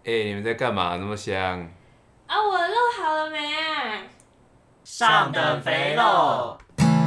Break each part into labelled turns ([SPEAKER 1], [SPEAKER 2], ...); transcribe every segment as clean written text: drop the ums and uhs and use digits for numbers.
[SPEAKER 1] 你们在干嘛？那么香？
[SPEAKER 2] 啊，我的肉好了没啊？
[SPEAKER 3] 上等肥肉。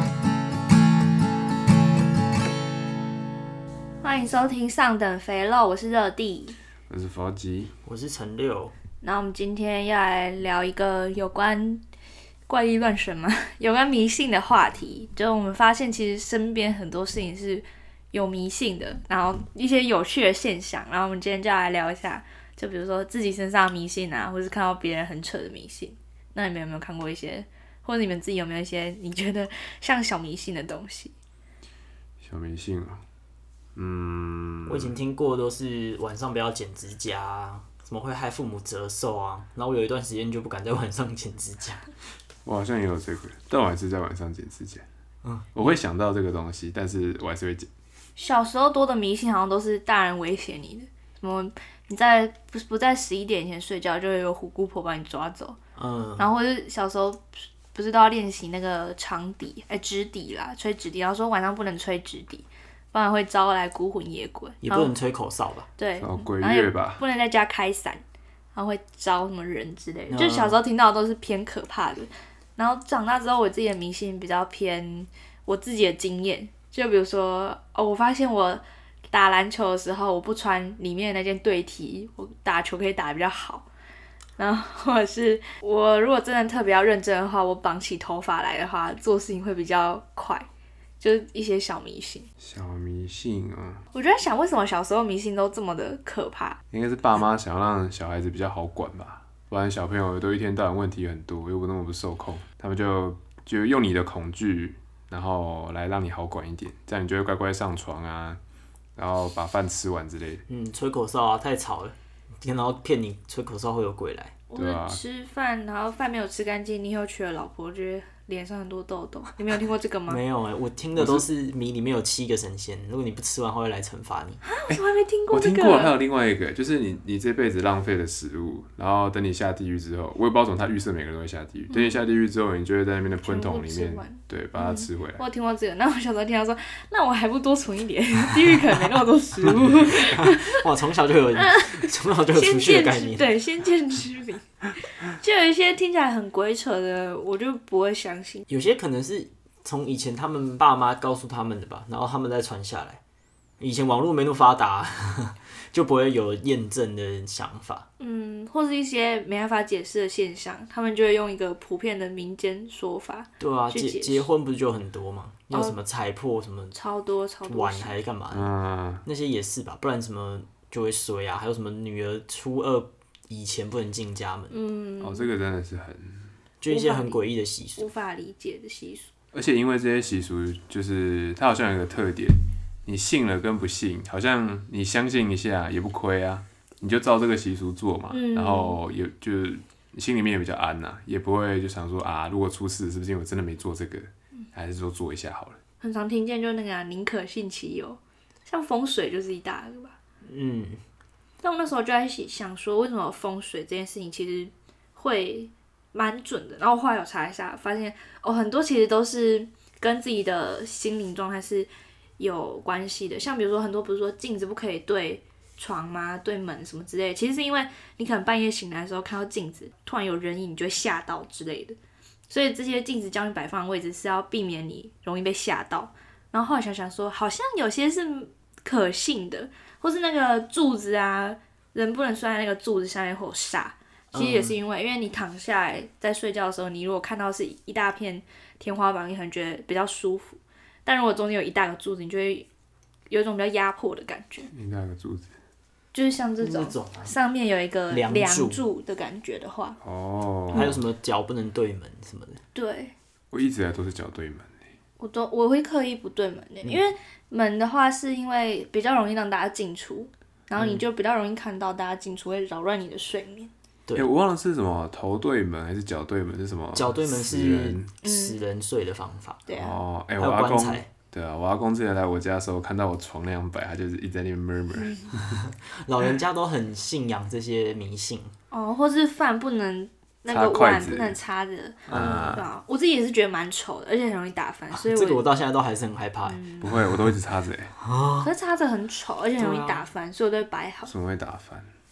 [SPEAKER 2] 欢迎收听上等肥肉，我是热弟，
[SPEAKER 1] 我是佛吉，
[SPEAKER 3] 我是陈六。
[SPEAKER 2] 那我们今天要来聊一个有关怪力乱神嘛，有关迷信的话题。就我们发现，其实身边很多事情是有迷信的，然后一些有趣的现象。然后我们今天就要来聊一下，就比如说自己身上的迷信啊，或是看到别人很扯的迷信。那你们有没有看过一些，或者你们自己有没有一些你觉得像小迷信的东西？
[SPEAKER 1] 小迷信啊，
[SPEAKER 3] 我以前听过都是晚上不要剪指甲啊，什么会害父母折寿啊。然后我有一段时间就不敢在晚上剪指甲。
[SPEAKER 1] 我好像也有这个，但我还是在晚上剪指甲。我会想到这个东西，但是我还是会剪。
[SPEAKER 2] 小时候多的迷信好像都是大人威胁你的，什么你在不在11点以前睡觉，就会有虎姑婆把你抓走。然后或是小时候不是都要练习那个长笛，直笛啦，吹直笛，然后说晚上不能吹直笛，不然会招来孤魂野鬼。
[SPEAKER 3] 也不能吹口哨吧？
[SPEAKER 2] 对，
[SPEAKER 1] 鬼乐吧，
[SPEAKER 2] 不能在家开伞，然后会招什么人之类的。就小时候听到的都是偏可怕的。然后长大之后，我自己的迷信比较偏我自己的经验，就比如说，我发现我打篮球的时候，我不穿里面的那件队 T， 我打球可以打得比较好。然后或者是我如果真的特别要认真的话，我绑起头发来的话，做事情会比较快。就是一些小迷信。
[SPEAKER 1] 小迷信啊，
[SPEAKER 2] 我就在想，为什么小时候迷信都这么的可怕？
[SPEAKER 1] 应该是爸妈想要让小孩子比较好管吧，不然小朋友都一天到晚问题很多，又不那么不受控，他们就用你的恐惧，然后来让你好管一点，这样你就会乖乖上床啊，然后把饭吃完之类的。
[SPEAKER 3] 吹口哨啊，太吵了，然后骗你吹口哨会有鬼来。
[SPEAKER 2] 我们吃饭，然后饭没有吃干净，你又娶了老婆，觉得脸上很多痘痘。你没有听过这个吗？
[SPEAKER 3] 没有我听的都是米里面有7个神仙，如果你不吃完，他会来惩罚你。
[SPEAKER 2] 我还没听过这个。
[SPEAKER 1] 我听过，还有另外一个，就是你这辈子浪费的食物，然后等你下地狱之后，我也不知道怎么他预设每个人都会下地狱。等你下地狱之后，你就会在那边的喷桶里面，对，把它吃回来。
[SPEAKER 2] 我有听过这个，那我小时候听到说，那我还不多存一点，地狱可能没那么多食物。
[SPEAKER 3] 哇，从小就有储蓄的概念。
[SPEAKER 2] 对，先见之明。就有一些听起来很鬼扯的，我就不会相信。
[SPEAKER 3] 有些可能是从以前他们爸妈告诉他们的吧，然后他们再传下来。以前网络没那么发达，就不会有验证的想法。
[SPEAKER 2] 或是一些没办法解释的现象，他们就会用一个普遍的民间说法。
[SPEAKER 3] 对啊，结婚不是就很多吗？要什么踩破什么
[SPEAKER 2] 超多
[SPEAKER 3] 碗还是干嘛的？那些也是吧，不然什么就会衰啊。还有什么女儿初2以前不能进家门。
[SPEAKER 1] 这个真的是
[SPEAKER 3] 就一些很诡异的习俗，
[SPEAKER 2] 无法理解的习俗。
[SPEAKER 1] 而且因为这些习俗，就是它好像有一个特点，你信了跟不信，好像你相信一下也不亏啊，你就照这个习俗做嘛，然后也就心里面也比较安呐，也不会就想说啊，如果出事是不是因为我真的没做这个，还是说做一下好了。
[SPEAKER 2] 很常听见就那个宁可信其有，像风水就是一大个吧。但我那时候就在想说，为什么风水这件事情其实会蛮准的？然后我后来有查一下，发现很多其实都是跟自己的心灵状态是有关系的。像比如说很多不是说镜子不可以对床吗？对门什么之类的，其实是因为你可能半夜醒来的时候看到镜子，突然有人影，你就会吓到之类的。所以这些镜子将你摆放的位置是要避免你容易被吓到。然后后来想想说，好像有些是可信的。或是那个柱子啊，人不能睡在那个柱子下面会有煞，其实也是因为你躺下来在睡觉的时候，你如果看到是一大片天花板，你可能觉得比较舒服，但如果中间有一大个柱子，你就会有一种比较压迫的感觉。
[SPEAKER 1] 一大个柱子，
[SPEAKER 2] 就是像这种上面有一我梁柱的感觉的话，
[SPEAKER 3] 还有什么脚不能对门什么的。
[SPEAKER 2] 对，
[SPEAKER 1] 我一直以来都是脚对门。
[SPEAKER 2] 我会刻意不对门的，因为门的话是因为比较容易让大家进出，然后你就比较容易看到大家进出，会扰乱你的睡眠。
[SPEAKER 3] 对，
[SPEAKER 1] 我忘了是什么头对门还是脚对门是什么？
[SPEAKER 3] 脚对门是死人睡的方法。
[SPEAKER 2] 对啊。
[SPEAKER 3] 还有棺材。
[SPEAKER 1] 对啊，我阿公之前来我家的时候，看到我床那样摆，他就是一直在那边 murmur。
[SPEAKER 3] 老人家都很信仰这些迷信。
[SPEAKER 2] 或是饭不能。那个碗不能插着，对啊，我自己也是觉得蛮丑的，而且很容易打翻，所以
[SPEAKER 3] 这个我到现在都还是很害怕。
[SPEAKER 1] 不会，我都一直插着
[SPEAKER 2] 可是插着很丑，而且很容易打翻，所以我都会摆好。
[SPEAKER 1] 怎么会打翻？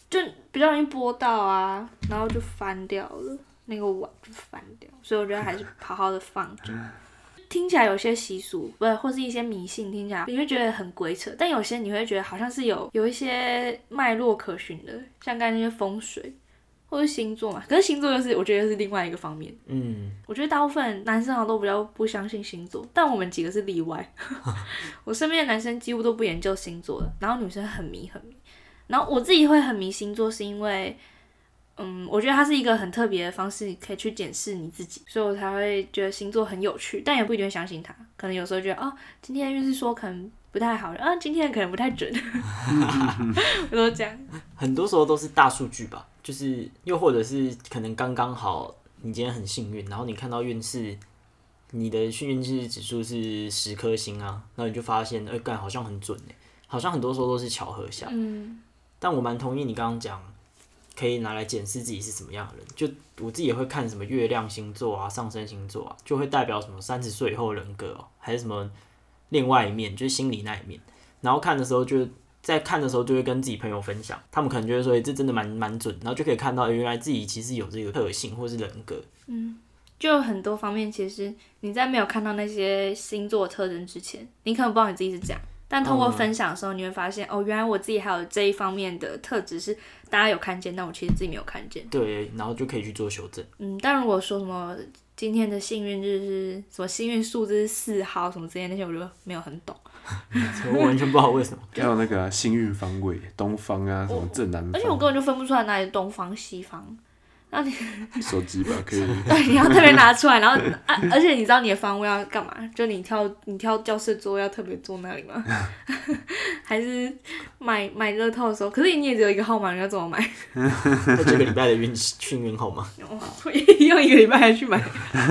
[SPEAKER 2] 就比较容易拨到啊，然后就翻掉了，那个碗就翻掉，所以我觉得还是好好的放着。听起来有些习俗，不是，或是一些迷信，听起来你会觉得很鬼扯，但有些你会觉得好像是有一些脉络可循的，像刚才那些风水或是星座嘛。可是星座又是我觉得是另外一个方面。我觉得大部分男生好像都比较不相信星座，但我们几个是例外。我身边的男生几乎都不研究星座的，然后女生很迷。然后我自己会很迷星座，是因为我觉得它是一个很特别的方式，可以去检视你自己，所以我才会觉得星座很有趣，但也不一定会相信它。可能有时候觉得今天的运势说可能不太好，今天可能不太准，我都这样。
[SPEAKER 3] 很多时候都是大数据吧，就是又或者是可能刚刚好你今天很幸运，然后你看到运势，你的运势指数是10颗星啊，然后你就发现干好像很准耶，好像很多时候都是巧合下。但我蛮同意你刚刚讲，可以拿来检视自己是什么样的人。就我自己也会看什么月亮星座啊、上升星座啊，就会代表什么30岁以后的人格还是什么另外一面，就是心理那一面。然后看的时候在看的时候就会跟自己朋友分享，他们可能就会说这真的蛮准，然后就可以看到原来自己其实有这个特性或是人格。
[SPEAKER 2] 就有很多方面，其实你在没有看到那些星座特征之前，你可能不知道你自己是这样。但通过分享的时候，你会发现原来我自己还有这一方面的特质是大家有看见，但我其实自己没有看见。
[SPEAKER 3] 对，然后就可以去做修正。
[SPEAKER 2] 但如果说什么今天的幸运日是什么幸运数字是4号什么之类的那些，我就没有很懂。
[SPEAKER 3] 我完全不知道为什么。
[SPEAKER 1] 还有那个幸运方位，东方啊，什么正南方。
[SPEAKER 2] 而且我根本就分不出来哪里是东方西方。然后你
[SPEAKER 1] 手机吧，可以。
[SPEAKER 2] 对，你要特别拿出来，然后而且你知道你的方位要干嘛？就你挑教室桌要特别坐那里吗？还是买乐透的时候？可是你也只有一个号码，你要怎么买？
[SPEAKER 3] 这个礼拜的幸运号码。
[SPEAKER 2] 用一个礼拜还去买，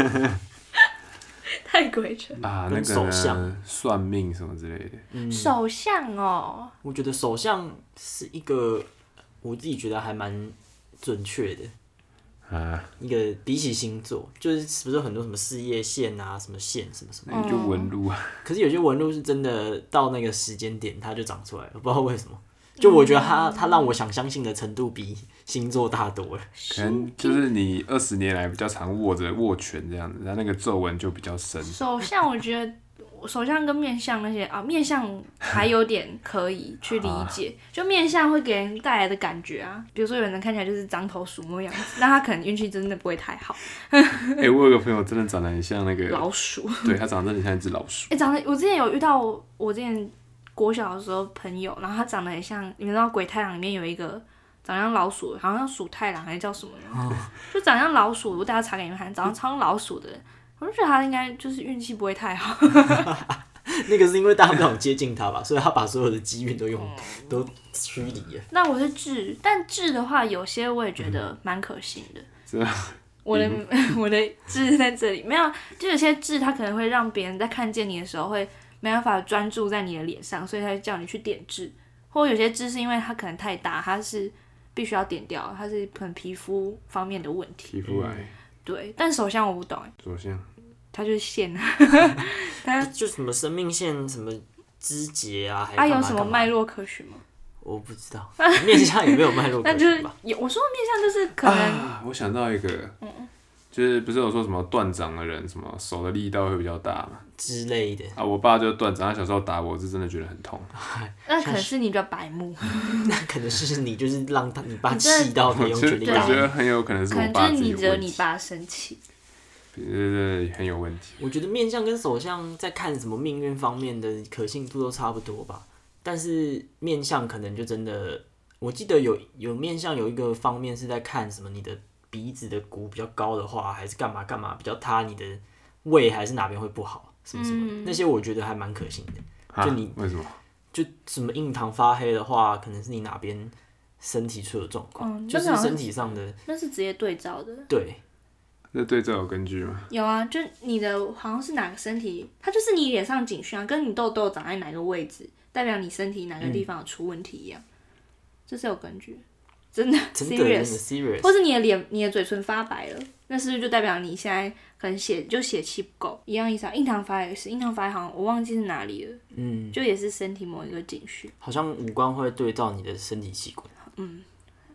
[SPEAKER 2] 太鬼扯
[SPEAKER 1] 啊！那个算命什么之类的。
[SPEAKER 2] 手相哦，
[SPEAKER 3] 我觉得手相是一个我自己觉得还蛮准确的。一个比起星座，就是不是有很多什么事业线啊、什么线什么什么，
[SPEAKER 1] 就纹路啊。
[SPEAKER 3] 可是有些纹路是真的到那个时间点它就长出来了，不知道为什么。就我觉得它让我想相信的程度比星座大多了。
[SPEAKER 1] 可能就是你20年来比较常握拳这样子，它那个皱纹就比较深。
[SPEAKER 2] 手相我觉得。手相跟面相那些面相还有点可以去理解，就面相会给人带来的感觉啊，比如说有人看起来就是獐头鼠目样子，那他可能运气真的不会太好。
[SPEAKER 1] 我有个朋友真的长得很像那个
[SPEAKER 2] 老鼠，
[SPEAKER 1] 对，他长得真的像一只老鼠。
[SPEAKER 2] 我之前有遇到我之前国小的时候朋友，然后他长得很像，你们知道《鬼太郎》里面有一个长得像老鼠，好像鼠太郎还是叫什么的，就长得像老鼠，我等下查给你们看，长得超像老鼠的人。我就觉得他应该就是运气不会太好。
[SPEAKER 3] 那个是因为大家不想接近他吧，所以他把所有的机运都驱离了。
[SPEAKER 2] 那我是智，但智的话，有些我也觉得蛮可信的。我的智在这里没有，就有些智他可能会让别人在看见你的时候会没办法专注在你的脸上，所以他会叫你去点痣。或有些痣是因为它可能太大，它是必须要点掉，它是可能皮肤方面的问题。
[SPEAKER 1] 皮肤癌。
[SPEAKER 2] 对，但手相我不懂
[SPEAKER 1] 手相，
[SPEAKER 2] 它就是线，
[SPEAKER 3] 它就什么生命线、什么枝节啊，还
[SPEAKER 2] 有什么脉络可循吗？
[SPEAKER 3] 我不知道，面相也没有脉络可循吧？
[SPEAKER 2] 我说的面相就是可能，
[SPEAKER 1] 我想到一个，就是不是有说什么断掌的人，什么手的力道会比较大嘛
[SPEAKER 3] 之类的
[SPEAKER 1] 啊？我爸就断掌，他小时候打我是真的觉得很痛。
[SPEAKER 2] 那可能是你比较白目，
[SPEAKER 3] 那可能是你就是让你爸气到可以用全力打。
[SPEAKER 1] 我觉得很有可能是我爸自己有问题，
[SPEAKER 2] 可能就是你惹你爸生气。
[SPEAKER 1] 对，很有问题。
[SPEAKER 3] 我觉得面相跟手相在看什么命运方面的可信度都差不多吧，但是面相可能就真的，我记得有面相有一个方面是在看什么你的鼻子的骨比较高的话，还是干嘛比较塌，你的胃还是哪边会不好，什么什么的，那些我觉得还蛮可信的。就你
[SPEAKER 1] 为什么？
[SPEAKER 3] 就什么印堂发黑的话，可能是你哪边身体出了状况，就是身体上的。
[SPEAKER 2] 那是直接对照的。
[SPEAKER 3] 对。
[SPEAKER 1] 这对照有根据吗？
[SPEAKER 2] 有啊，就你的好像是哪个身体，它就是你脸上警讯啊，跟你痘痘长在哪个位置，代表你身体哪个地方有出问题一样，这是有根据的，真的 serious， 或是你的脸、你的嘴唇发白了，那是不是就代表你现在可能血气不够，一样意思啊。印堂发也是，印堂发好像我忘记是哪里了，就也是身体某一个警讯，
[SPEAKER 3] 好像五官会对照你的身体器官。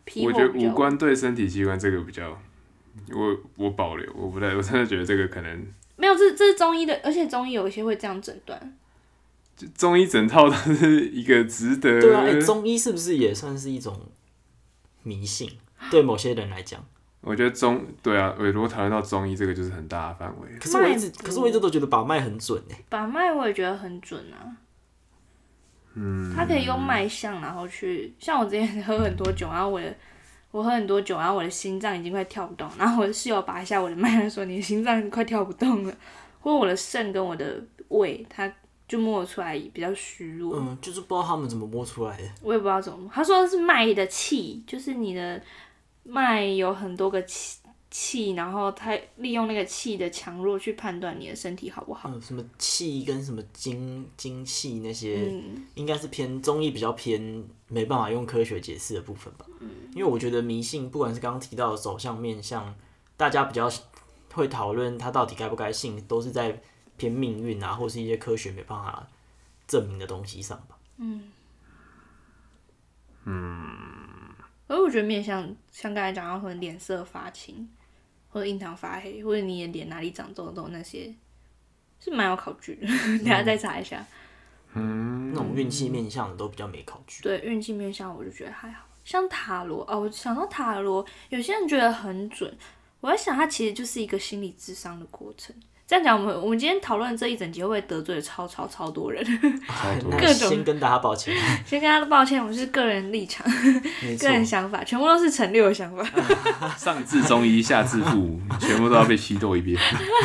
[SPEAKER 2] 批货
[SPEAKER 1] 我觉得五官对身体器官这个比较，我保留，我真的觉得这个可能
[SPEAKER 2] 没有，这是中医的，而且中医有一些会这样诊断。
[SPEAKER 1] 中医整套都是一个值得。
[SPEAKER 3] 对啊，中医是不是也算是一种迷信？对某些人来讲，
[SPEAKER 1] 我觉得对啊，如果讨论到中医这个就是很大的范围。
[SPEAKER 3] 可是我一直都觉得把脉很准哎。
[SPEAKER 2] 把脉我也觉得很准啊。他可以用脉象，然后去，像我之前喝很多酒，然后我喝很多酒，然后我的心脏已经快跳不动，然后我的室友拔一下我的脉，他说你的心脏快跳不动了，或者我的肾跟我的胃，他就摸得出来比较虚弱。
[SPEAKER 3] 就是不知道他们怎么摸出来的。
[SPEAKER 2] 我也不知道怎么摸，他说是脉的气，就是你的脉有很多个气，然后他利用那个气的强弱去判断你的身体好不好。
[SPEAKER 3] 什么气跟什么精气那些，应该是偏中医比较偏没办法用科学解释的部分吧。因为我觉得迷信，不管是刚刚提到的手相面相，大家比较会讨论它到底该不该信，都是在偏命运啊，或是一些科学没办法证明的东西上吧。
[SPEAKER 2] 而我觉得面相像刚才讲到，可能脸色发青，或者印堂发黑，或者你的脸哪里长痘痘，那些是蛮有考据的。等一下再查一下。
[SPEAKER 3] 那种运气面相的都比较没考据。
[SPEAKER 2] 对，运气面相我就觉得还好。像塔罗我想到塔罗，有些人觉得很准，我在想它其实就是一个心理智商的过程。这样讲，我们今天讨论这一整集会不会得罪了超多人？
[SPEAKER 3] 各种先跟大家抱歉，
[SPEAKER 2] 先跟大家抱歉，我们是个人立场、个人想法，全部都是陈六的想法。
[SPEAKER 1] 上至中医，下至父母，全部都要被批斗一遍。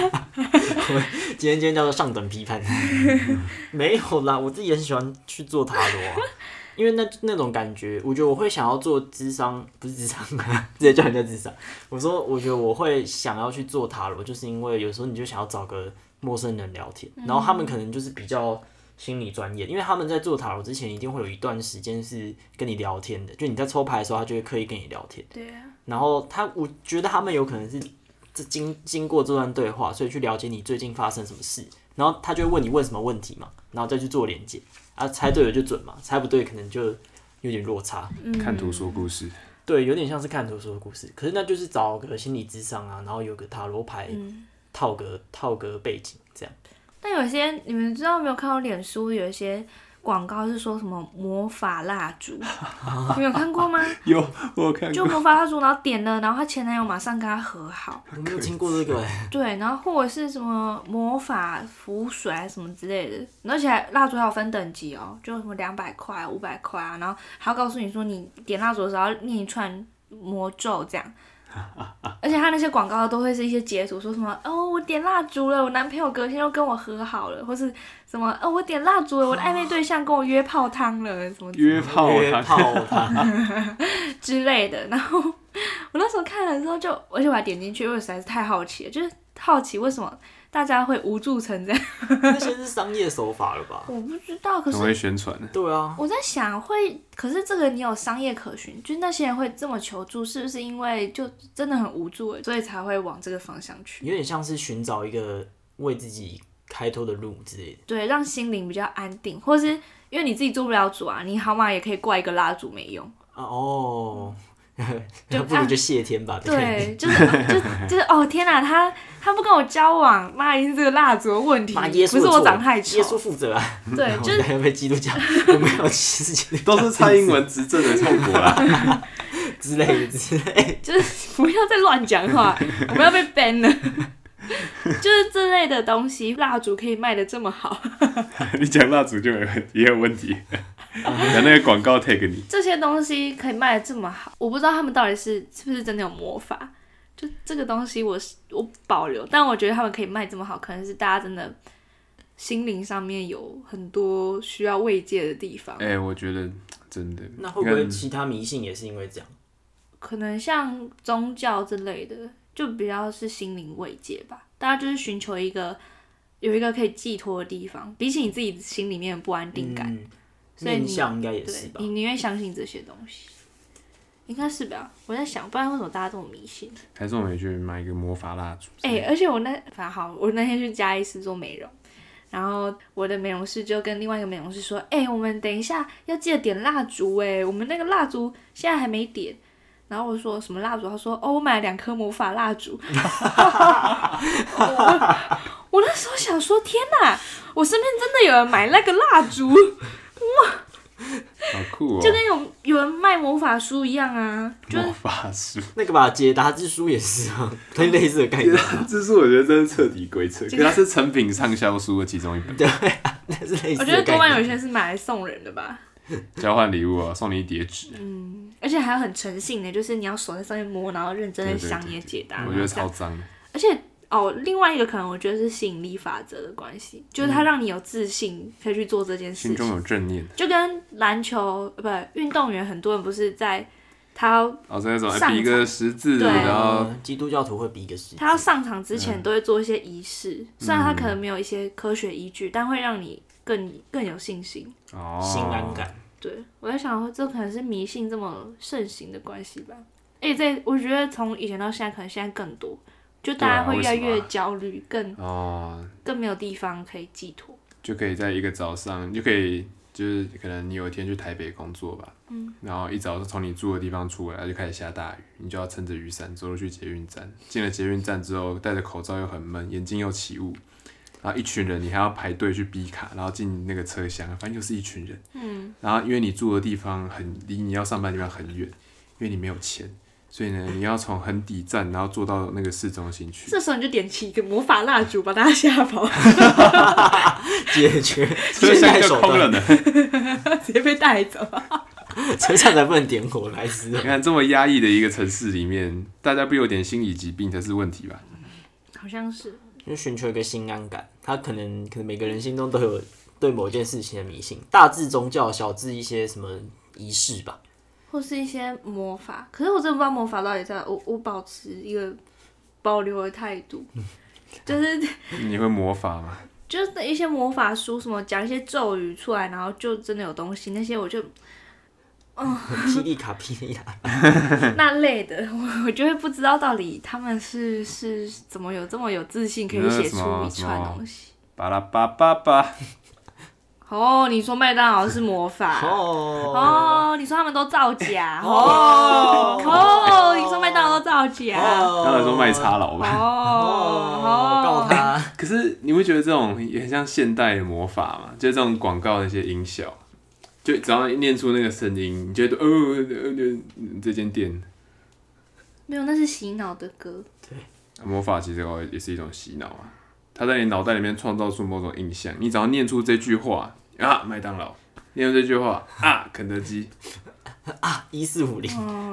[SPEAKER 3] 今天叫做上等批判。没有啦，我自己也很喜欢去做塔罗啊。因为那种感觉，我觉得我会想要做諮商，不是諮商，直接叫人家諮商。我说，我觉得我会想要去做塔罗，就是因为有时候你就想要找个陌生人聊天，然后他们可能就是比较心理专业，因为他们在做塔罗之前一定会有一段时间是跟你聊天的，就你在抽牌的时候，他就会刻意跟你聊天。
[SPEAKER 2] 对啊。
[SPEAKER 3] 然后我觉得他们有可能是经过这段对话，所以去了解你最近发生什么事，然后他就会问你问什么问题嘛，然后再去做连结。猜对了就准嘛，猜不对可能就有点落差。
[SPEAKER 1] 看图说故事，
[SPEAKER 3] 对，有点像是看图说故事。可是那就是找个心理諮商啊，然后有个塔羅牌，套个背景这样。
[SPEAKER 2] 但有些你们知道没有看到脸书有一些广告是说什么魔法蜡烛，你们有看过吗？
[SPEAKER 1] 有，我有看过。
[SPEAKER 2] 就魔法蜡烛，然后点了，然后她前男友马上跟她和好。
[SPEAKER 3] 我没有听过这个
[SPEAKER 2] 对，然后或者是什么魔法符水啊什么之类的，而且蜡烛还有分等级哦，就什么200块、500块啊，然后还要告诉你说你点蜡烛的时候要念一串魔咒这样。而且他那些广告都会是一些截图，说什么我点蜡烛了，我男朋友隔天就跟我和好了，或是什么我点蜡烛了，我的暧昧对象跟我约泡汤了，什么
[SPEAKER 1] 约泡汤
[SPEAKER 2] 之类的。然后我那时候看了之后而且我还点进去，因为我实在是太好奇了，就是好奇为什么大家会无助成这样。
[SPEAKER 3] 那些是商业手法了吧？
[SPEAKER 2] 我不知道，可是
[SPEAKER 1] 很会宣传。
[SPEAKER 3] 对啊，
[SPEAKER 2] 我在想可是这个你有商业可循，就是那些人会这么求助，是不是因为就真的很无助，所以才会往这个方向去？
[SPEAKER 3] 有点像是寻找一个为自己开脱的路之类的。
[SPEAKER 2] 对，让心灵比较安定，或是因为你自己做不了主啊，你好嘛也可以挂一个蜡烛没用
[SPEAKER 3] 就不如就谢天吧。
[SPEAKER 2] 对，就是天哪，他不跟我交往，妈一定是这个蜡烛的问题，不是我长太丑。
[SPEAKER 3] 耶稣负责啊。
[SPEAKER 2] 对，就是
[SPEAKER 3] 被基督教，我没有歧视，
[SPEAKER 1] 都是蔡英文执政的后果啦。
[SPEAKER 3] 之类的，
[SPEAKER 2] 就是不要再乱讲话，我们要被 ban 了。就是这类的东西，蜡烛可以卖得这么好。
[SPEAKER 1] 你讲蜡烛就也有问题。有那个广告 tag 你，
[SPEAKER 2] 这些东西可以卖得这么好，我不知道他们到底是不是真的有魔法。就这个东西我保留，但我觉得他们可以卖这么好，可能是大家真的心灵上面有很多需要慰藉的地方。
[SPEAKER 1] 我觉得真的。
[SPEAKER 3] 那会不会其他迷信也是因为这样？
[SPEAKER 2] 可能像宗教之类的，就比较是心灵慰藉吧。大家就是寻求有一个可以寄托的地方，比起你自己心里面的不安定感。所以
[SPEAKER 3] 面相应该也是吧？
[SPEAKER 2] 你宁愿相信这些东西，应该是吧？我在想，不然为什么大家这么迷信？
[SPEAKER 1] 还是我们也去买一个魔法蜡烛？
[SPEAKER 2] 而且我那天去嘉义市做美容，然后我的美容师就跟另外一个美容师说：“我们等一下要记得点蜡烛，我们那个蜡烛现在还没点。” 然后我说什么蜡烛，他说哦，我买了2颗魔法蜡烛。我那时候想说，天哪，我身边真的有人买那个蜡烛，哇！
[SPEAKER 1] 好酷哦！
[SPEAKER 2] 就跟有人卖魔法书一样啊，就是
[SPEAKER 1] 魔法书
[SPEAKER 3] 那个吧，解答之书也是啊，类似的概念。
[SPEAKER 1] 这书我觉得真是彻底鬼扯，可是它是成品畅销书的其中一本。
[SPEAKER 3] 对啊，那是类似的概念。
[SPEAKER 2] 我觉得多半有些是买来送人的吧。
[SPEAKER 1] 交换礼物啊，送你一叠纸。
[SPEAKER 2] 而且还有很诚信的，就是你要手在上面摸，然后认真的想你的解答。
[SPEAKER 1] 我觉得超脏的。
[SPEAKER 2] 而且另外一个可能我觉得是吸引力法则的关系，就是它让你有自信可以去做这件事情，
[SPEAKER 1] 心中有正念。
[SPEAKER 2] 就跟篮球运动员，很多人不是在他要
[SPEAKER 1] 是那种比一个十字，然后
[SPEAKER 3] 基督教徒会比一个十字。
[SPEAKER 2] 他要上场之前都会做一些仪式，虽然他可能没有一些科学依据，但会让你更有信心，
[SPEAKER 3] 心安感。
[SPEAKER 2] 对，我在想，这可能是迷信这么盛行的关系吧。而且我觉得从以前到现在，可能现在更多，就大家会越来越焦虑，更没有地方可以寄托。
[SPEAKER 1] 就可以在一个早上，就可以就是可能你有一天去台北工作吧，然后一早从你住的地方出来，就开始下大雨，你就要撑着雨伞走路去捷运站。进了捷运站之后，戴着口罩又很闷，眼睛又起雾。然后一群人，你还要排队去逼卡，然后进那个车厢，反正就是一群人。然后因为你住的地方离你要上班的地方很远，因为你没有钱，所以呢，你要从很底站，然后坐到那个市中心去。
[SPEAKER 2] 这时候你就点起一个魔法蜡烛，把大家吓跑。
[SPEAKER 3] 解决
[SPEAKER 1] 车厢就空了呢，
[SPEAKER 2] 直接被带走。
[SPEAKER 3] 车上才不能点火来吃。
[SPEAKER 1] 你看这么压抑的一个城市里面，大家不有点心理疾病才是问题吧？
[SPEAKER 2] 好像是。
[SPEAKER 3] 就寻求一个心安感，他可能每个人心中都有对某件事情的迷信，大至宗教，小至一些什么仪式吧，
[SPEAKER 2] 或是一些魔法。可是我真的不知道魔法到底在我保持一个保留的态度，就是
[SPEAKER 1] 你会魔法吗？
[SPEAKER 2] 就是一些魔法书什么讲一些咒语出来，然后就真的有东西，那些我就。
[SPEAKER 3] 霹雳卡霹雳卡
[SPEAKER 2] 那类的，我就会不知道到底他们是怎么有这么有自信，可以写出一串东西。
[SPEAKER 1] 巴拉巴巴巴。
[SPEAKER 2] 你说麦当劳是魔法？你说他们都造假？你说麦当劳都造假？
[SPEAKER 1] 当然说卖差佬吧。
[SPEAKER 3] 告他。
[SPEAKER 1] 可是你会觉得这种也很像现代的魔法嘛？就这种广告的一些音效。就只要念出那个声音，你觉得这间店
[SPEAKER 2] 没有，那是洗脑的歌。
[SPEAKER 3] 对，
[SPEAKER 1] 魔法其实也是一种洗脑啊，它在你脑袋里面创造出某种印象。你只要念出这句话啊，麦当劳；念出这句话啊，肯德基；
[SPEAKER 3] 啊，1450。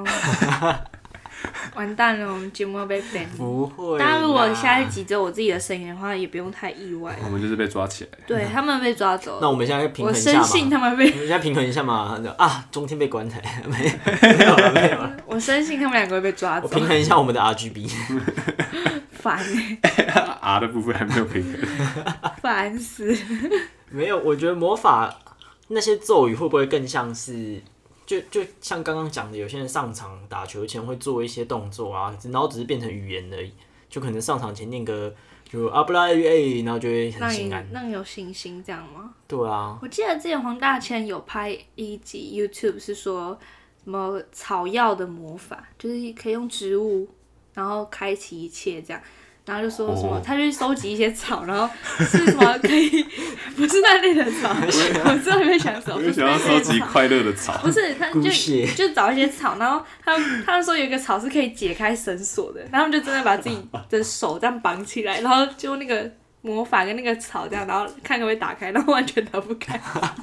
[SPEAKER 2] 完蛋了，我们节目要被 ban。
[SPEAKER 3] 不会。
[SPEAKER 2] 大家如果下一集只有我自己的声音的话，也不用太意外。
[SPEAKER 1] 我们就是被抓起来。
[SPEAKER 2] 对，他们被抓走了。
[SPEAKER 3] 那我们现在平衡一下嘛。
[SPEAKER 2] 我深信他们被。
[SPEAKER 3] 我们现在平衡一下嘛。中天被关台，没有了。
[SPEAKER 2] 我深信他们2个会被抓走。
[SPEAKER 3] 我平衡一下我们的 RGB。
[SPEAKER 2] 烦
[SPEAKER 1] R 的部分还没有平衡。
[SPEAKER 2] 烦死。
[SPEAKER 3] 没有，我觉得魔法那些咒语会不会更像是？就像刚刚讲的，有些人上场打球前会做一些动作啊，然后只是变成语言而已，就可能上场前念个就阿布拉耶，然后就会很心安，
[SPEAKER 2] 让你有信心这样吗？
[SPEAKER 3] 对啊，
[SPEAKER 2] 我记得之前黄大千有拍一集 YouTube 是说什么草药的魔法，就是可以用植物然后开启一切这样。然后就说什么，他就去收集一些草，然后是什么可以，不是那类的草，我知道你在想什么，
[SPEAKER 1] 我就想要收集快乐的草，
[SPEAKER 2] 不是，他就找一些草，然后他说有一个草是可以解开绳索的，然后他们就真的把自己的手这样绑起来，然后就那个魔法跟那个草这样，然后看可不可以打开，然后完全打不开。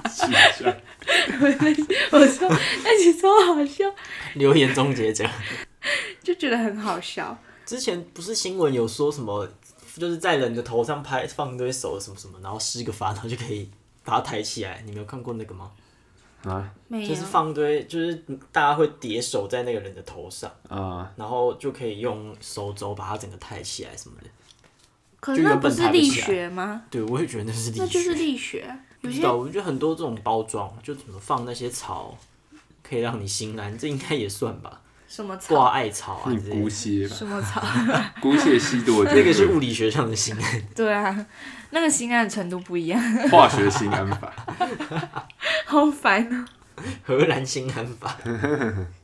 [SPEAKER 2] 我说那集超好笑，
[SPEAKER 3] 留言终结者
[SPEAKER 2] 就觉得很好笑。
[SPEAKER 3] 之前不是新闻有说什么，就是在人的头上放一堆手什么什么，然后施个法，然后就可以把它抬起来。你没有看过那个吗？
[SPEAKER 2] 没有。
[SPEAKER 3] 就是放一堆，就是大家会叠手在那个人的头上，然后就可以用手肘把它整个抬起来什么的。
[SPEAKER 2] 可是那不是力学吗？
[SPEAKER 3] 对，我也觉得那是力学。
[SPEAKER 2] 那就是力学。
[SPEAKER 3] 不知道，我觉得很多这种包装，就怎么放那些草，可以让你心安，这应该也算吧。
[SPEAKER 2] 什么草？
[SPEAKER 3] 挂艾草啊，
[SPEAKER 1] 姑蟹吧。
[SPEAKER 2] 什么草？
[SPEAKER 1] 姑蟹西多。
[SPEAKER 3] 那个是物理学上的心安。
[SPEAKER 2] 对啊，那个心安的程度不一样。
[SPEAKER 1] 化学心安法。
[SPEAKER 2] 好烦啊！
[SPEAKER 3] 荷兰心安法。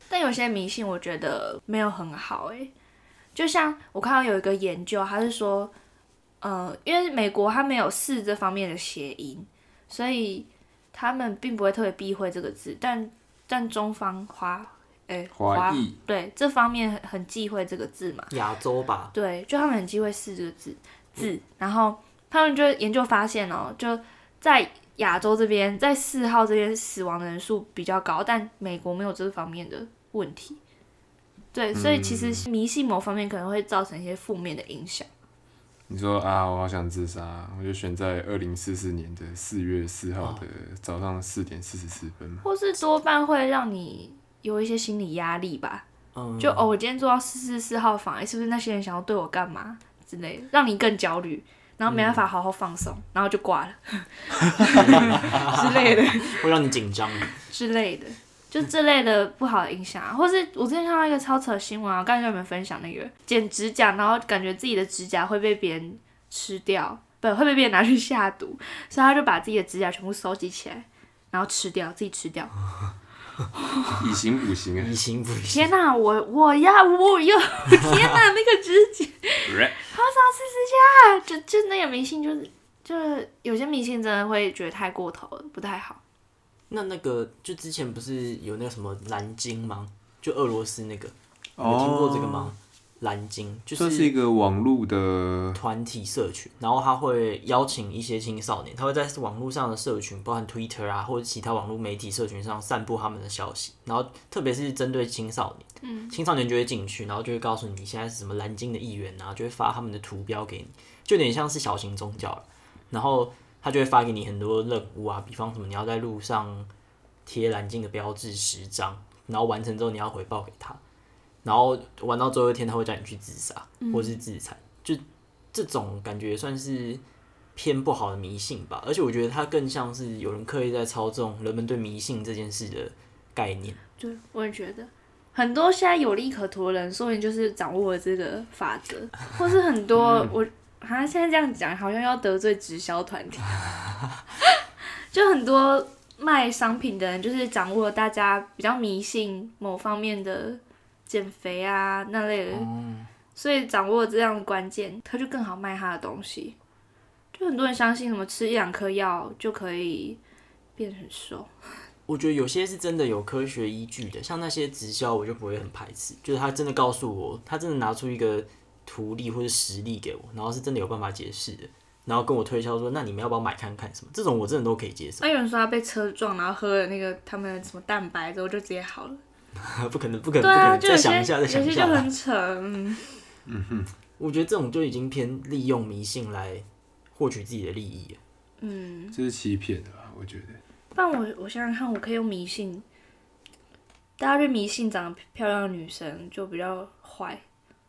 [SPEAKER 2] 但有些迷信我觉得没有很好就像我看到有一个研究，他是说，因为美国它没有4这方面的谐音，所以他们并不会特别避讳这个字，但中方华
[SPEAKER 1] 裔
[SPEAKER 2] 对这方面很忌讳这个字嘛，
[SPEAKER 3] 亚洲吧，
[SPEAKER 2] 对，就他们很忌讳4这个字，然后他们就研究发现就在亚洲这边，在4号这边死亡的人数比较高，但美国没有这方面的问题。对，所以其实迷信某方面可能会造成一些负面的影响。
[SPEAKER 1] 你说啊，我好想自杀，我就选在2044年的4月4号的早上4点44分嘛。
[SPEAKER 2] 或是多半会让你有一些心理压力吧。就我今天坐到444号房，是不是那些人想要对我干嘛之类的，让你更焦虑，然后没办法好好放松，然后就挂了之类的，
[SPEAKER 3] 会让你紧张
[SPEAKER 2] 之类的。就这类的不好的影响或是我之前看到一个超扯的新闻我刚才跟你们分享那个剪指甲，然后感觉自己的指甲会被别人吃掉，会被别人拿去下毒，所以他就把自己的指甲全部收集起来，然后自己吃掉。
[SPEAKER 1] 以形补形
[SPEAKER 3] 以形补形。
[SPEAKER 2] 天哪，我要，天哪，那个指甲，好想吃指甲，就那个迷信就是有些迷信真的会觉得太过头了，不太好。
[SPEAKER 3] 那个就之前不是有那个什么蓝鲸吗？就俄罗斯那个，有听过这个吗？蓝鲸就是
[SPEAKER 1] 一个网络的
[SPEAKER 3] 团体社群，然后他会邀请一些青少年，他会在网络上的社群，包含 Twitter 啊或者其他网络媒体社群上散布他们的消息，然后特别是针对青少年，青少年就会进去，然后就会告诉你现在是什么蓝鲸的议员啊，就会发他们的图标给你，就有点像是小型宗教了，然后他就会发给你很多任务啊，比方什么你要在路上贴蓝鲸的标志10张，然后完成之后你要回报给他，然后玩到最后一天他会叫你去自杀或是自残，就这种感觉算是偏不好的迷信吧，而且我觉得它更像是有人刻意在操纵人们对迷信这件事的概念。
[SPEAKER 2] 对，我也觉得很多现在有利可图的人，说明就是掌握了这个法则，或是很多我好像现在这样讲，好像要得罪直销团体，就很多卖商品的人，就是掌握了大家比较迷信某方面的减肥啊那类的，所以掌握了这样的关键，他就更好卖他的东西。就很多人相信什么吃1-2颗药就可以变很瘦。
[SPEAKER 3] 我觉得有些是真的有科学依据的，像那些直销我就不会很排斥，就是他真的告诉我，他真的拿出一个图例或者实例给我，然后是真的有办法解释的，然后跟我推销说，那你们要不要买看看什么？这种我真的都可以接受。
[SPEAKER 2] 有人说他被车撞，然后喝了那个他们的什么蛋白之后就直接好了。
[SPEAKER 3] 不可能，
[SPEAKER 2] 对啊，
[SPEAKER 3] 再想一下，再想一下。
[SPEAKER 2] 有些就很扯。
[SPEAKER 3] 我觉得这种就已经偏利用迷信来获取自己的利益了。
[SPEAKER 1] 这是欺骗的吧？我觉得。
[SPEAKER 2] 不然我想想看，我可以用迷信，大家对迷信长得漂亮的女生就比较坏。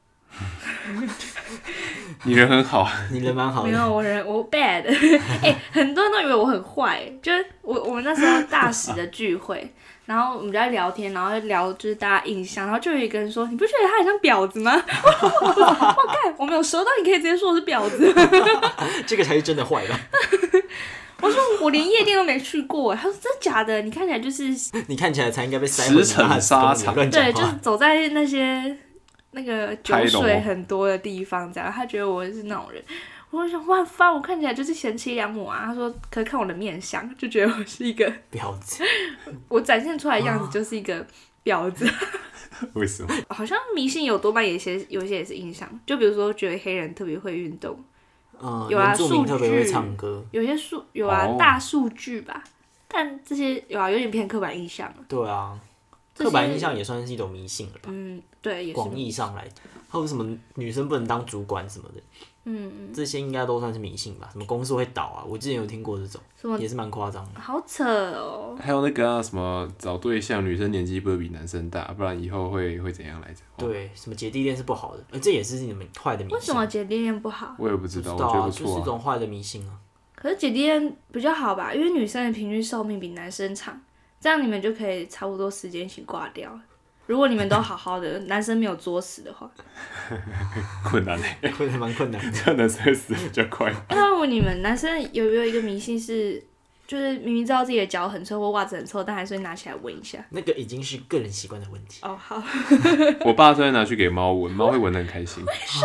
[SPEAKER 1] 你人很好，
[SPEAKER 3] 你人蛮好的。
[SPEAKER 2] 没有，我 bad 很多人都以为我很坏，就是我们那时候大使的聚会，然后我们就在聊天，然后聊就是大家印象，然后就有一个人说，你不觉得他很像婊子吗？我看我没有收到，你可以直接说我是婊子。
[SPEAKER 3] 这个才是真的坏吧？
[SPEAKER 2] 我说我连夜店都没去过，他说真的假的？你看起来就是，
[SPEAKER 3] 你看起来才应该被塞回
[SPEAKER 1] 驰沙场，
[SPEAKER 2] 对，就是走在那些那个酒水很多的地方，这样他觉得我是那种人。我就想哇发，我看起来就是贤妻良母啊。他说，可是看我的面相，就觉得我是一个
[SPEAKER 3] 婊子。
[SPEAKER 2] 我展现出来的样子就是一个婊子。
[SPEAKER 1] 为什么？
[SPEAKER 2] 好像迷信有多半有一些也是印象，就比如说觉得黑人特别会运动。有啊，数据
[SPEAKER 3] 会唱歌，
[SPEAKER 2] 有些有啊，大数据吧，但这些有啊，有点偏刻板印象。
[SPEAKER 3] 对啊，刻板印象也算是一种迷信了吧？
[SPEAKER 2] 对，也是。
[SPEAKER 3] 广义上来讲，还有什么女生不能当主管什么的，这些应该都算是迷信吧？什么公司会倒啊？我之前有听过这种，也是蛮夸张的。
[SPEAKER 2] 好扯哦！
[SPEAKER 1] 还有那个什么找对象，女生年纪不会比男生大，不然以后会怎样来着？
[SPEAKER 3] 对，什么姐弟恋是不好的，这也是你们坏的迷信。
[SPEAKER 2] 为什么姐弟恋不好？
[SPEAKER 1] 我也不知道，我
[SPEAKER 3] 觉
[SPEAKER 1] 得不错
[SPEAKER 3] 就是一种坏的迷信啊。
[SPEAKER 2] 可是姐弟恋比较好吧，因为女生的平均寿命比男生长，这样你们就可以差不多时间一起挂掉。如果你们都好好的，男生没有作死的话，
[SPEAKER 1] 困难
[SPEAKER 3] 蛮困难的。
[SPEAKER 1] 这样男生会死比较快。
[SPEAKER 2] 那我问你们，男生有没有一个迷信是， 就是明明知道自己的脚很臭或袜子很臭，但还是会拿起来闻一下。
[SPEAKER 3] 那个已经是个人习惯的问题。
[SPEAKER 2] 哦，好。
[SPEAKER 1] 我爸都会拿去给猫闻，猫会闻得很开心。为什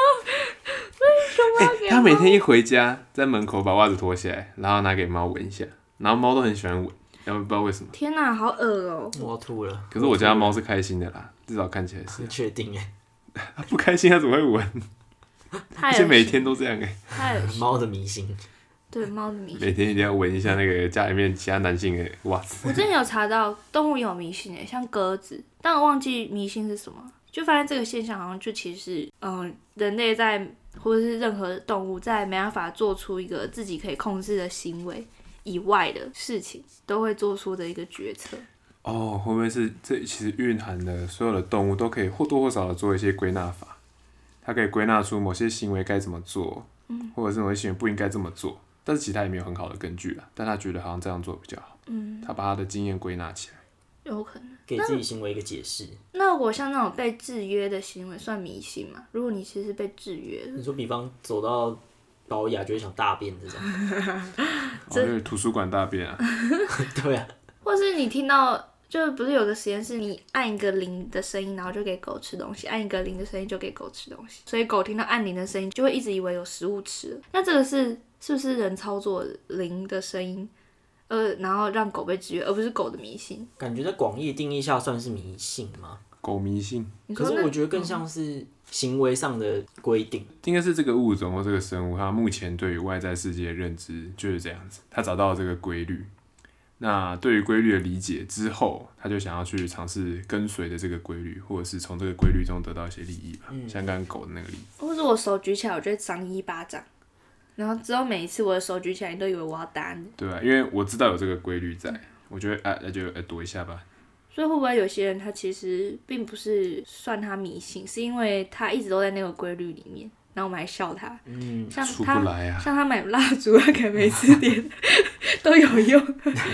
[SPEAKER 1] 么？他每天一回家，在门口把袜子脱下来，然后拿给猫闻一下，然后猫都很喜欢闻，不知道为什么。
[SPEAKER 2] 天哪，好恶哦！
[SPEAKER 3] 我要吐了。
[SPEAKER 1] 可是我家猫是开心的啦，至少看起来是。
[SPEAKER 3] 你确定哎？
[SPEAKER 1] 它不开心，它怎么会闻？而且每天都这样
[SPEAKER 2] 哎。
[SPEAKER 3] 猫的迷信。
[SPEAKER 2] 对，猫的迷信。
[SPEAKER 1] 每天一定要闻一下那个家里面其他男性的袜子。
[SPEAKER 2] 我之前有查到动物有迷信诶，像鸽子，但我忘记迷信是什么，就发现这个现象好像就其实人类在或者是任何动物在没办法做出一个自己可以控制的行为以外的事情，都会做出的一个决策。
[SPEAKER 1] 哦，会不会是这其实蕴含的所有的动物都可以或多或少的做一些归纳法？它可以归纳出某些行为该怎么做，或者是某些行为不应该这么做。但是其他也没有很好的根据啦，但他觉得好像这样做比较好。他把他的经验归纳起来，
[SPEAKER 2] 有可能
[SPEAKER 3] 给自己行为一个解释。
[SPEAKER 2] 那我像那种被制约的行为算迷信吗？如果你其实是被制约的，
[SPEAKER 3] 你说比方走到保雅就会想大便这种，
[SPEAKER 1] 就是图书馆大便啊。
[SPEAKER 3] 对啊，
[SPEAKER 2] 或是你听到。就不是有个实验室，你按一个铃的声音，然后就给狗吃东西；按一个铃的声音就给狗吃东西。所以狗听到按铃的声音，就会一直以为有食物吃了。那这个是不是人操作铃的声音，然后让狗被制约，而不是狗的迷信？
[SPEAKER 3] 感觉在广义定义下算是迷信吗？
[SPEAKER 1] 狗迷信。
[SPEAKER 3] 可是我觉得更像是行为上的规定。
[SPEAKER 1] 应该是这个物种或这个生物，它目前对于外在世界的认知就是这样子，它找到了这个规律。那对于规律的理解之后，他就想要去尝试跟随的这个规律，或者是从这个规律中得到一些利益吧。像刚刚狗的那个例子，
[SPEAKER 2] 或者我手举起来，我就会赏你一巴掌，然后之后每一次我的手举起来，你都以为我要打你。
[SPEAKER 1] 对啊，因为我知道有这个规律在，我觉得那就躲一下吧。
[SPEAKER 2] 所以会不会有些人他其实并不是算他迷信，是因为他一直都在那个规律里面，然后我们还笑他。像
[SPEAKER 1] 出不来啊。
[SPEAKER 2] 像他买蜡烛，他可能每次点都有用。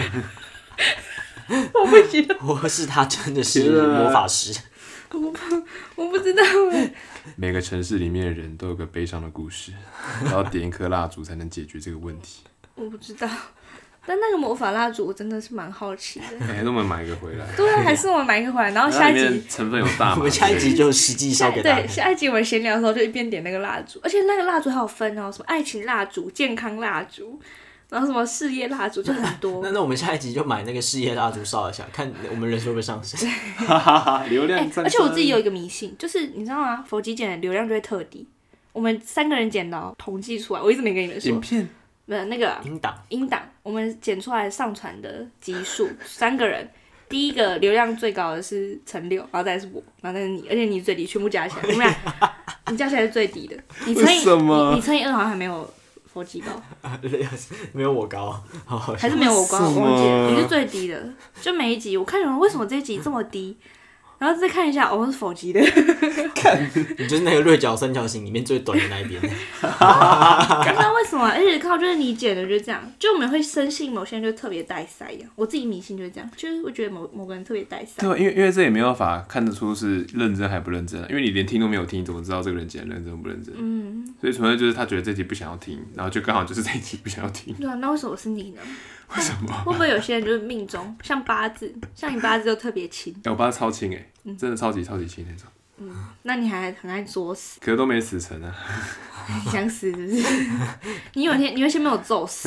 [SPEAKER 2] 我不行。
[SPEAKER 3] 或是他真的是魔法师。
[SPEAKER 2] 我不知道。
[SPEAKER 1] 每个城市里面的人都有个悲伤的故事，然后点一颗蜡烛才能解决这个问题。
[SPEAKER 2] 我不知道。但那个魔法蜡烛我真的是蛮好奇的。
[SPEAKER 1] 还是我们买一个回来。
[SPEAKER 2] 对啊，还是我们买一个回来，然后下一集
[SPEAKER 1] 成分有大麻。
[SPEAKER 3] 我们下一集就实际烧给大家。
[SPEAKER 2] 对，下一集我们闲聊的时候就一边点那个蜡烛，而且那个蜡烛还有分哦，什么爱情蜡烛、健康蜡烛，然后什么事业蜡烛，就很多。
[SPEAKER 3] 那我们下一集就买那个事业蜡烛烧一下，看我们人数会不会上升。
[SPEAKER 1] 流量
[SPEAKER 2] 而且我自己有一个迷信，就是你知道吗？佛吉剪的流量就会特低。我们3个人剪的哦，统计出来，我一直没跟你们说。
[SPEAKER 1] 影片。
[SPEAKER 2] 没有那个音档，我们剪出来上传的集数，3个人，第一个流量最高的是陈六，然后再是我，然后再是你，而且你最低，全部加起来，我们俩你加起来是最低的，你乘以你乘以2好像还没有佛吉高，
[SPEAKER 3] 没有我高，
[SPEAKER 2] 还是没有我高，我忘记了，你是最低的，就每一集我看有人为什么这一集这么低。然后再看一下，是否吉的。
[SPEAKER 3] 你就是那个锐角三角形里面最短的那一边。
[SPEAKER 2] 不知道为什么，而且靠，就是你剪的就这样，就我们会深信某些人就特别带塞一样。我自己迷信就是这样，就是我觉得某个人特别带塞。
[SPEAKER 1] 对，因为这也没有办法看得出是认真还不认真，因为你连听都没有听，你怎么知道这个人剪认真不认真？所以纯粹就是他觉得这集不想要听，然后就刚好就是这一集不想要听。
[SPEAKER 2] 对啊，那为什么是你呢？
[SPEAKER 1] 为什么？
[SPEAKER 2] 会不会有些人就是命中像八字，像你八字就特别轻？
[SPEAKER 1] 我八字超轻真的超级轻那种。
[SPEAKER 2] 那你还很爱作死，
[SPEAKER 1] 可是都没死成啊。
[SPEAKER 2] 你想死是不是？你有一天被我揍死。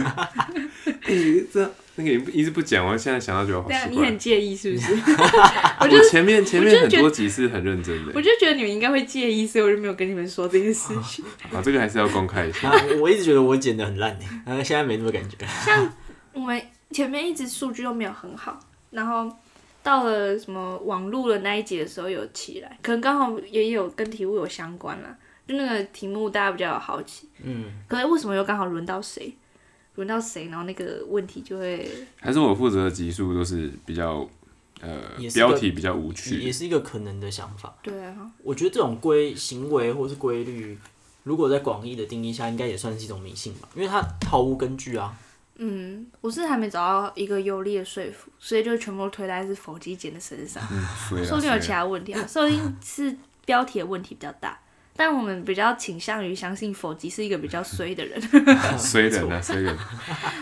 [SPEAKER 1] 这那个一直不讲，我现在想到觉得好奇怪。
[SPEAKER 2] 对啊，你很介意是不是？
[SPEAKER 1] 我前面很多集是很认真的。
[SPEAKER 2] 我就觉得你们应该会介意，所以我就没有跟你们说这件事情。
[SPEAKER 1] 这个还是要公开一下。
[SPEAKER 3] 我一直觉得我剪得很烂现在没那么感觉。
[SPEAKER 2] 像我们前面一直数据都没有很好，然后到了什么网路的那一集的时候有起来，可能刚好也有跟题目有相关啦，就那个题目大家比较有好奇。可是为什么又刚好轮到谁，然后那个问题就会。还
[SPEAKER 1] 是我负责的集数都是比较标题比较无趣，
[SPEAKER 3] 也是一个可能的想法。
[SPEAKER 2] 对啊，
[SPEAKER 3] 我觉得这种行为或是规律，如果在广义的定义下，应该也算是一种迷信吧，因为它毫无根据啊。
[SPEAKER 2] 我是还没找到一个有力的说服，所以就全部推在是佛吉剪的身上。说不定有其他问题啊，说不定是标题的问题比较大。但我们比较倾向于相信佛吉是一个比较衰的人。
[SPEAKER 1] 衰人啊，衰人。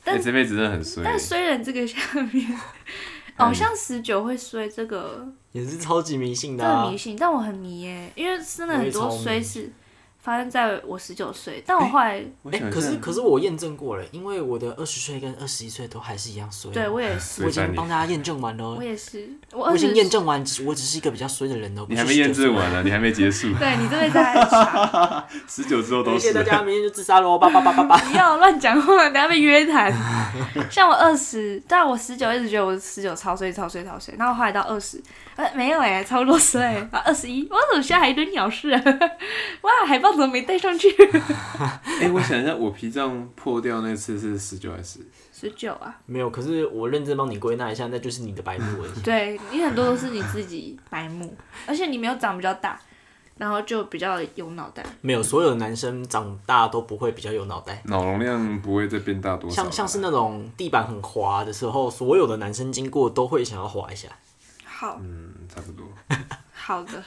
[SPEAKER 1] 这辈子真的很衰。
[SPEAKER 2] 但衰人这个下面，像19会衰这个
[SPEAKER 3] 也是超级迷信的
[SPEAKER 2] 这个迷信，但我很迷耶，因为真的很多衰事发生在我19岁，但我后来
[SPEAKER 3] 可是我验证过了，因为我的20岁跟21岁都还是一样衰。
[SPEAKER 2] 对我也是，
[SPEAKER 3] 我已经帮大家验证完了。
[SPEAKER 2] 我也是，
[SPEAKER 3] 我已经验证完，我只是一个比较衰的人哦。
[SPEAKER 1] 你还没验证完呢，你还没结束。
[SPEAKER 2] 对你这辈子还很长。
[SPEAKER 1] 19之后都是。
[SPEAKER 3] 谢谢大家，明天就自杀喽！叭叭叭叭叭。
[SPEAKER 2] 不要乱讲话，等下被约谈。像我20，但我19一直觉得我19超衰，然后后来到20，没有差不多衰，然后21，我怎么现在还一堆鸟事啊？哇，海报怎么没带上去？
[SPEAKER 1] 我想一下，我脾脏破掉那次是19还是
[SPEAKER 2] 19啊？
[SPEAKER 3] 没有，可是我认真帮你归纳一下，那就是你的白目问题。
[SPEAKER 2] 对，你很多都是你自己白目，而且你没有长比较大，然后就比较有脑袋。
[SPEAKER 3] 没有，所有的男生长大都不会比较有脑袋，
[SPEAKER 1] 脑容量不会再变大多少。
[SPEAKER 3] 像是那种地板很滑的时候，所有的男生经过都会想要滑一下。
[SPEAKER 2] 好，
[SPEAKER 1] 差不多。
[SPEAKER 2] 好的。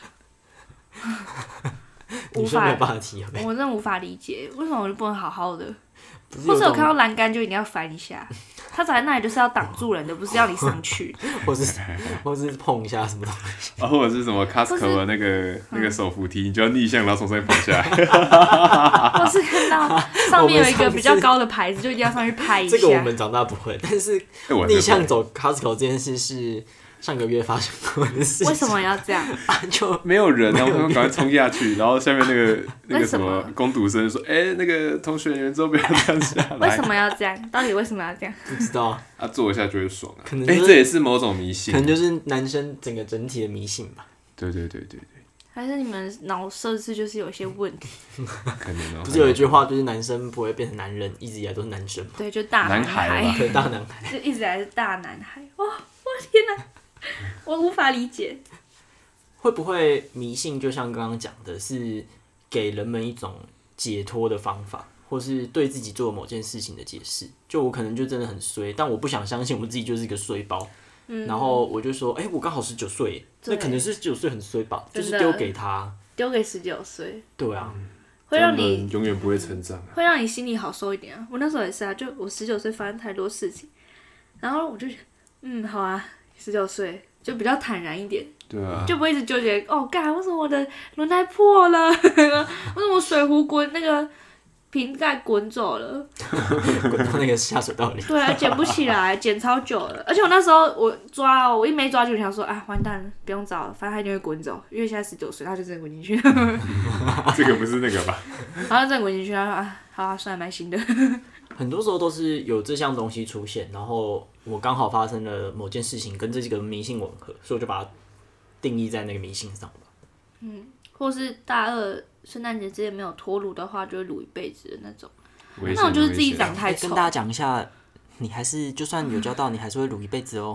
[SPEAKER 3] 你说没有办法体会，
[SPEAKER 2] 我真的无法理解，为什么我就不能好好的？或是有看到栏杆就一定要翻一下，他走在那里就是要挡住人的，不是要你上去，
[SPEAKER 3] 或是碰一下什么东西，
[SPEAKER 1] 或者是什么 Costco 的那个手扶梯，你就要逆向，然后从上面跑下来。
[SPEAKER 2] 或是看到上面有一个比较高的牌子，就一定要上去拍一下。
[SPEAKER 3] 这个我们长大不会，但是逆向走 Costco 这件事是上个月发生过的事情。
[SPEAKER 2] 为什么要这样？
[SPEAKER 1] 就没有人，然后他们赶快冲下去，然后下面那个什么工读生说：“那个同学，你们之后不要这样下来。”
[SPEAKER 2] 为什么要这样？到底为什么要这样？
[SPEAKER 3] 不知道。
[SPEAKER 1] 做一下就会爽啊。
[SPEAKER 3] 可能
[SPEAKER 1] 这也是某种迷信。
[SPEAKER 3] 可能就是男生整体的迷信吧。
[SPEAKER 1] 对。
[SPEAKER 2] 还是你们脑设置就是有一些问题？
[SPEAKER 1] 可能
[SPEAKER 3] 不是有一句话，就是男生不会变成男人，一直以来都是男生嘛。
[SPEAKER 2] 对，就大男孩。
[SPEAKER 3] 对，大男孩。
[SPEAKER 2] 就一直以来是大男孩。哇，我天哪！我无法理解，
[SPEAKER 3] 会不会迷信就像刚刚讲的，是给人们一种解脱的方法，或是对自己做某件事情的解释？就我可能就真的很衰，但我不想相信我自己就是一个衰包。然后我就说，我刚好19岁，那可能是19岁很衰吧，就是丢给他，
[SPEAKER 2] 丢给19岁。
[SPEAKER 3] 对啊，
[SPEAKER 2] 会让你
[SPEAKER 1] 永远不会成长，
[SPEAKER 2] 会让你心里好受一点啊。我那时候也是啊，就我19岁发生太多事情，然后我就好啊。19岁就比较坦然一点，
[SPEAKER 1] 对啊，
[SPEAKER 2] 就不会一直纠结干为什么我的轮胎破了，为什么水壶滚那个瓶盖滚走了，
[SPEAKER 3] 滚到那个下水道里，
[SPEAKER 2] 对啊，捡不起来，捡超久了，而且我那时候我一没抓就想说完蛋了，不用找了，反正它一定会滚走，因为现在19岁，它就真的滚进去了。
[SPEAKER 1] 这个不是那个吧？
[SPEAKER 2] 然后真的滚进去，然后好啊，算了，买新的。
[SPEAKER 3] 很多时候都是有这项东西出现，然后我刚好发生了某件事情跟这个迷信吻合，所以我就把它定义在那个迷信上吧。
[SPEAKER 2] 或是大2圣诞节之前没有脱乳的话，就会乳一辈子的那种。那种就是自己长太丑。
[SPEAKER 3] 跟大家讲一下，你还是就算有交到，你还是会乳一辈子哦。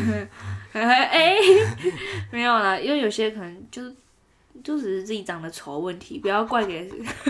[SPEAKER 2] 没有啦，因为有些可能就只是自己长得丑的问题，不要怪给。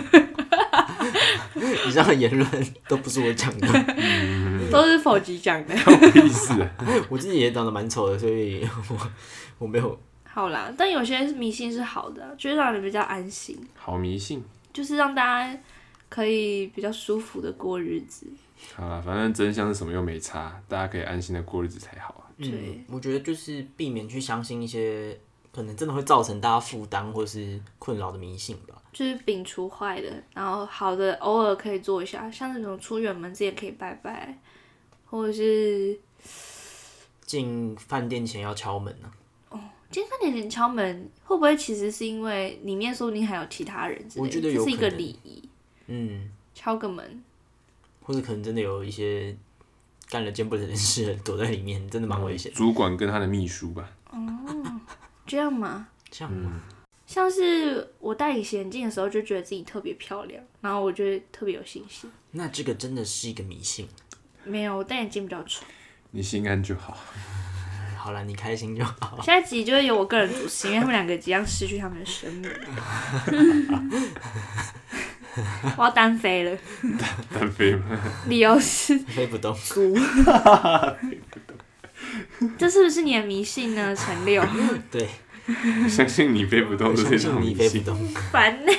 [SPEAKER 3] 以上的言论都不是我讲的，
[SPEAKER 2] 都是否极讲的。
[SPEAKER 1] 意思
[SPEAKER 3] 我自己也长得蛮丑的，所以我没有。
[SPEAKER 2] 好啦，但有些迷信是好的，就是让人比较安心。
[SPEAKER 1] 好迷信，
[SPEAKER 2] 就是让大家可以比较舒服的过日子。
[SPEAKER 1] 好啦，反正真相是什么又没差，大家可以安心的过日子才好啊。
[SPEAKER 2] 对，
[SPEAKER 3] 我觉得就是避免去相信一些可能真的会造成大家负担或是困扰的迷信吧。
[SPEAKER 2] 就是摒除坏的，然后好的偶尔可以做一下，像那种出远门之前可以拜拜，或者是
[SPEAKER 3] 进饭店前要敲门呢。
[SPEAKER 2] 进饭店前敲门会不会其实是因为里面说不定还有其他人之类的？
[SPEAKER 3] 我觉得有可能，
[SPEAKER 2] 这是一个礼仪。敲个门，
[SPEAKER 3] 或者可能真的有一些干了件不得的事躲在里面，真的蛮危险。
[SPEAKER 1] 主管跟他的秘书吧。
[SPEAKER 2] 这样吗？
[SPEAKER 3] 这样吗？
[SPEAKER 2] 像是我戴隐形眼镜的时候，就觉得自己特别漂亮，然后我就会特别有信心。
[SPEAKER 3] 那这个真的是一个迷信。
[SPEAKER 2] 没有，我戴眼镜比较丑。
[SPEAKER 1] 你心安就好。
[SPEAKER 3] 好了，你开心就好。
[SPEAKER 2] 下一集就会由我个人主持，因为他们两个即将失去他们的生命。我要单飞了。
[SPEAKER 1] 单飞吗？
[SPEAKER 2] 理由是
[SPEAKER 3] 飞不动。
[SPEAKER 2] 这是不是你的迷信呢，陈六？
[SPEAKER 3] 对。
[SPEAKER 1] 相信你飞不动，这是
[SPEAKER 3] 相信你飞不动。
[SPEAKER 2] 烦呢。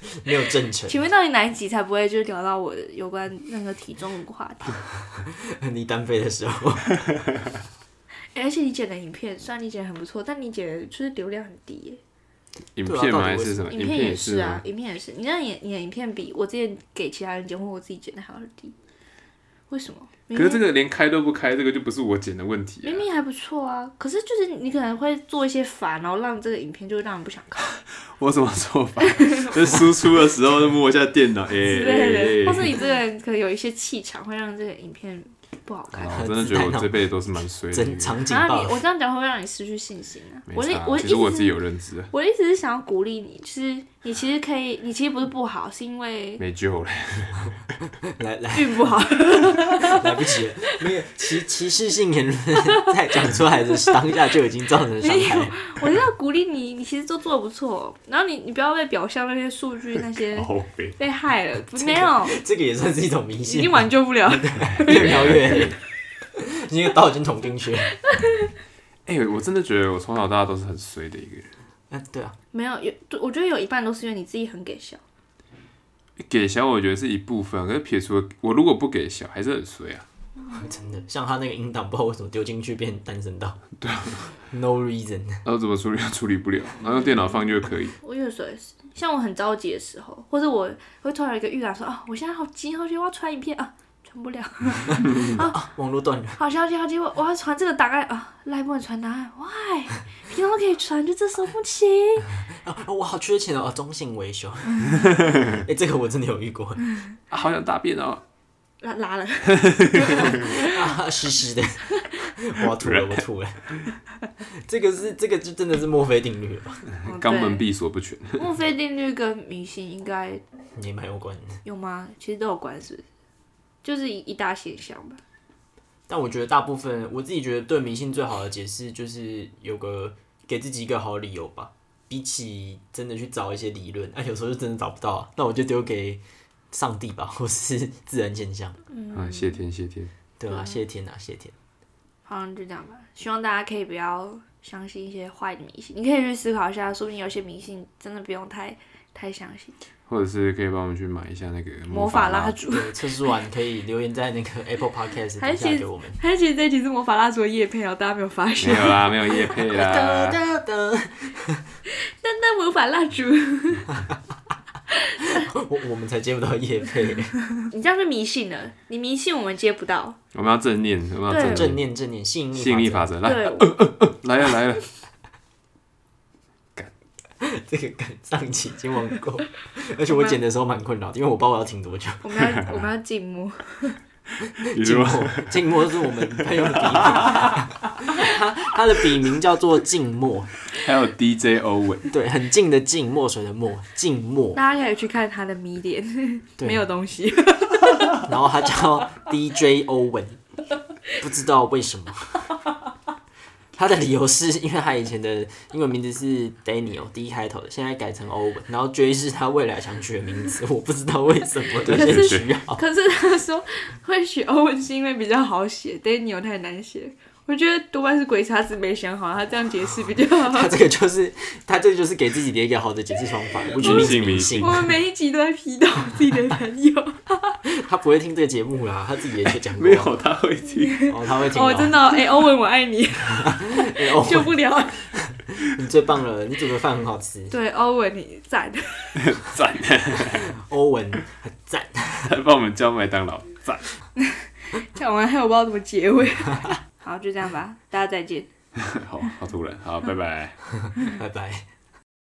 [SPEAKER 3] 没有正程。
[SPEAKER 2] 请问到底哪一集才不会就聊到我有关那个体重的话题？
[SPEAKER 3] 你单飞的时候。
[SPEAKER 2] 而且你剪的影片，虽然你剪的很不错，但你剪的就是流量很低耶。
[SPEAKER 1] 影片吗？还是什么？
[SPEAKER 2] 影片也是啊，影片也是。你那你的影片比我之前给其他人剪或我自己剪的还要低，为什么？
[SPEAKER 1] 可是这个连开都不开，这个就不是我剪的问题、啊。
[SPEAKER 2] 明明还不错啊，可是就是你可能会做一些法，然后让这个影片就让人不想看。
[SPEAKER 1] 我怎么做法？就输出的时候就摸一下电脑，之
[SPEAKER 2] 类的，或是你这个人可能有一些气场，会让这个影片不好看。
[SPEAKER 1] 我真的觉得我这辈子都是蛮衰的。
[SPEAKER 3] 场景爆。
[SPEAKER 2] 我这样讲会让你失去信心啊。
[SPEAKER 1] 其实我自己有认知。
[SPEAKER 2] 我的意思是想要鼓励你，就是你其实可以，你其实不是不好，是因为
[SPEAKER 1] 没救了。
[SPEAKER 3] 来，
[SPEAKER 2] 运不好，
[SPEAKER 3] 来不及了。没有歧视性言论在讲出来的当下就已经造成伤害。
[SPEAKER 2] 我是要鼓励你，你其实都做得不错，然后你不要被表象那些数据那些被害了，没有。
[SPEAKER 3] 这个也算是一种迷信，
[SPEAKER 2] 已经挽救不了，
[SPEAKER 3] 越描越黑，那个刀已经捅进去了。
[SPEAKER 1] 我真的觉得我从小到大都是很衰的一个人。
[SPEAKER 3] 对啊，
[SPEAKER 2] 没有，我觉得有一半都是因为你自己很给小。
[SPEAKER 1] 给小我觉得是一部分，可是撇除我如果不给小，还是很衰啊。
[SPEAKER 3] 真的，像他那个音档，不知道为什么丢进去变单声道。
[SPEAKER 1] 对啊
[SPEAKER 3] ，No reason。
[SPEAKER 1] 然后怎么处理处理不了，然后用电脑放就可以。
[SPEAKER 2] 我有时候也是，像我很着急的时候，或者我会突然有一个预感说我现在好急，我要传影片啊。传不了
[SPEAKER 3] 网络断了。
[SPEAKER 2] 好消息，我要传这个档案啊，赖不能传档案 ，Why？ 平常都可以传，就这时候不行。
[SPEAKER 3] 我好缺钱哦，中性维修。这个我真的有遇过。
[SPEAKER 1] 好想大便哦。
[SPEAKER 2] 拉了。
[SPEAKER 3] 湿湿的。我吐了。这个就真的是墨菲定律了吧？
[SPEAKER 1] 肛门闭锁不全。
[SPEAKER 2] 墨菲定律跟迷信应该
[SPEAKER 3] 也蛮有关的。
[SPEAKER 2] 有吗？其实都有关，是不是？就是一大现象吧。
[SPEAKER 3] 但我觉得大部分我自己觉得对迷信最好的解释就是给自己一个好理由吧。比起真的去找一些理论，有时候就真的找不到，那我就丢给上帝吧，或是自然现象。
[SPEAKER 1] 谢天。
[SPEAKER 3] 对啊，谢天。
[SPEAKER 2] 好像就这样吧。希望大家可以不要相信一些坏的迷信，你可以去思考一下，说不定有些迷信真的不用太相信。
[SPEAKER 1] 或者是可以帮我们去买一下那个
[SPEAKER 2] 魔法蜡烛。
[SPEAKER 3] 对，测试完可以留言在那个 Apple Podcast 底下给我们。
[SPEAKER 2] 还其实这集是魔法蜡烛的业配，大家没有发现？
[SPEAKER 1] 没有啦，没有业配啦。
[SPEAKER 2] 噔魔法蜡烛。
[SPEAKER 3] 我们才接不到业配。
[SPEAKER 2] 你这样就迷信了，你迷信我们接不到。
[SPEAKER 1] 我们要正念，
[SPEAKER 3] 正念，吸引力法则。
[SPEAKER 1] 来来了。
[SPEAKER 3] 这个跟上一期已经忘过，而且我剪的时候蛮困扰的，因为我不知道我要停多久。
[SPEAKER 2] 我们要静默。
[SPEAKER 3] 静默是我们朋友的笔名，他的笔名叫做静默，
[SPEAKER 1] 还有 DJ 欧文，
[SPEAKER 3] 对，很静的静，墨水的墨，静默。
[SPEAKER 2] 大家可以去看他的迷脸，没有东西。
[SPEAKER 3] 然后他叫 DJ 欧文，不知道为什么。他的理由是因为他以前的英文名字是 Daniel D 开头的，现在改成 Owen， 然后 J 是他未来想取的名字，我不知道为什么有些需要。
[SPEAKER 2] 可是他说会取 Owen 是因为比较好写 ，Daniel 太难写。我觉得多半是鬼叉子没想好，他这样解释比较好。
[SPEAKER 3] 他这个就是给自己的一个好的解释方法，不去迷信。
[SPEAKER 2] 我们每一集都在批斗自己的朋友。
[SPEAKER 3] 他不会听这个节目啦，他自己也去讲过。
[SPEAKER 1] 没有，他会听。
[SPEAKER 3] 他会听。
[SPEAKER 2] 真的欧文我爱你。救不了。
[SPEAKER 3] 你最棒了，你煮的饭很好吃。
[SPEAKER 2] 对，欧文你赞。
[SPEAKER 1] 赞。
[SPEAKER 3] 欧文很赞。
[SPEAKER 1] 还帮我们叫麦当劳，赞。
[SPEAKER 2] 讲完还有不知道怎么结尾。好，就这样吧，大家再见。
[SPEAKER 1] 好突然，好，拜拜。
[SPEAKER 3] 拜拜。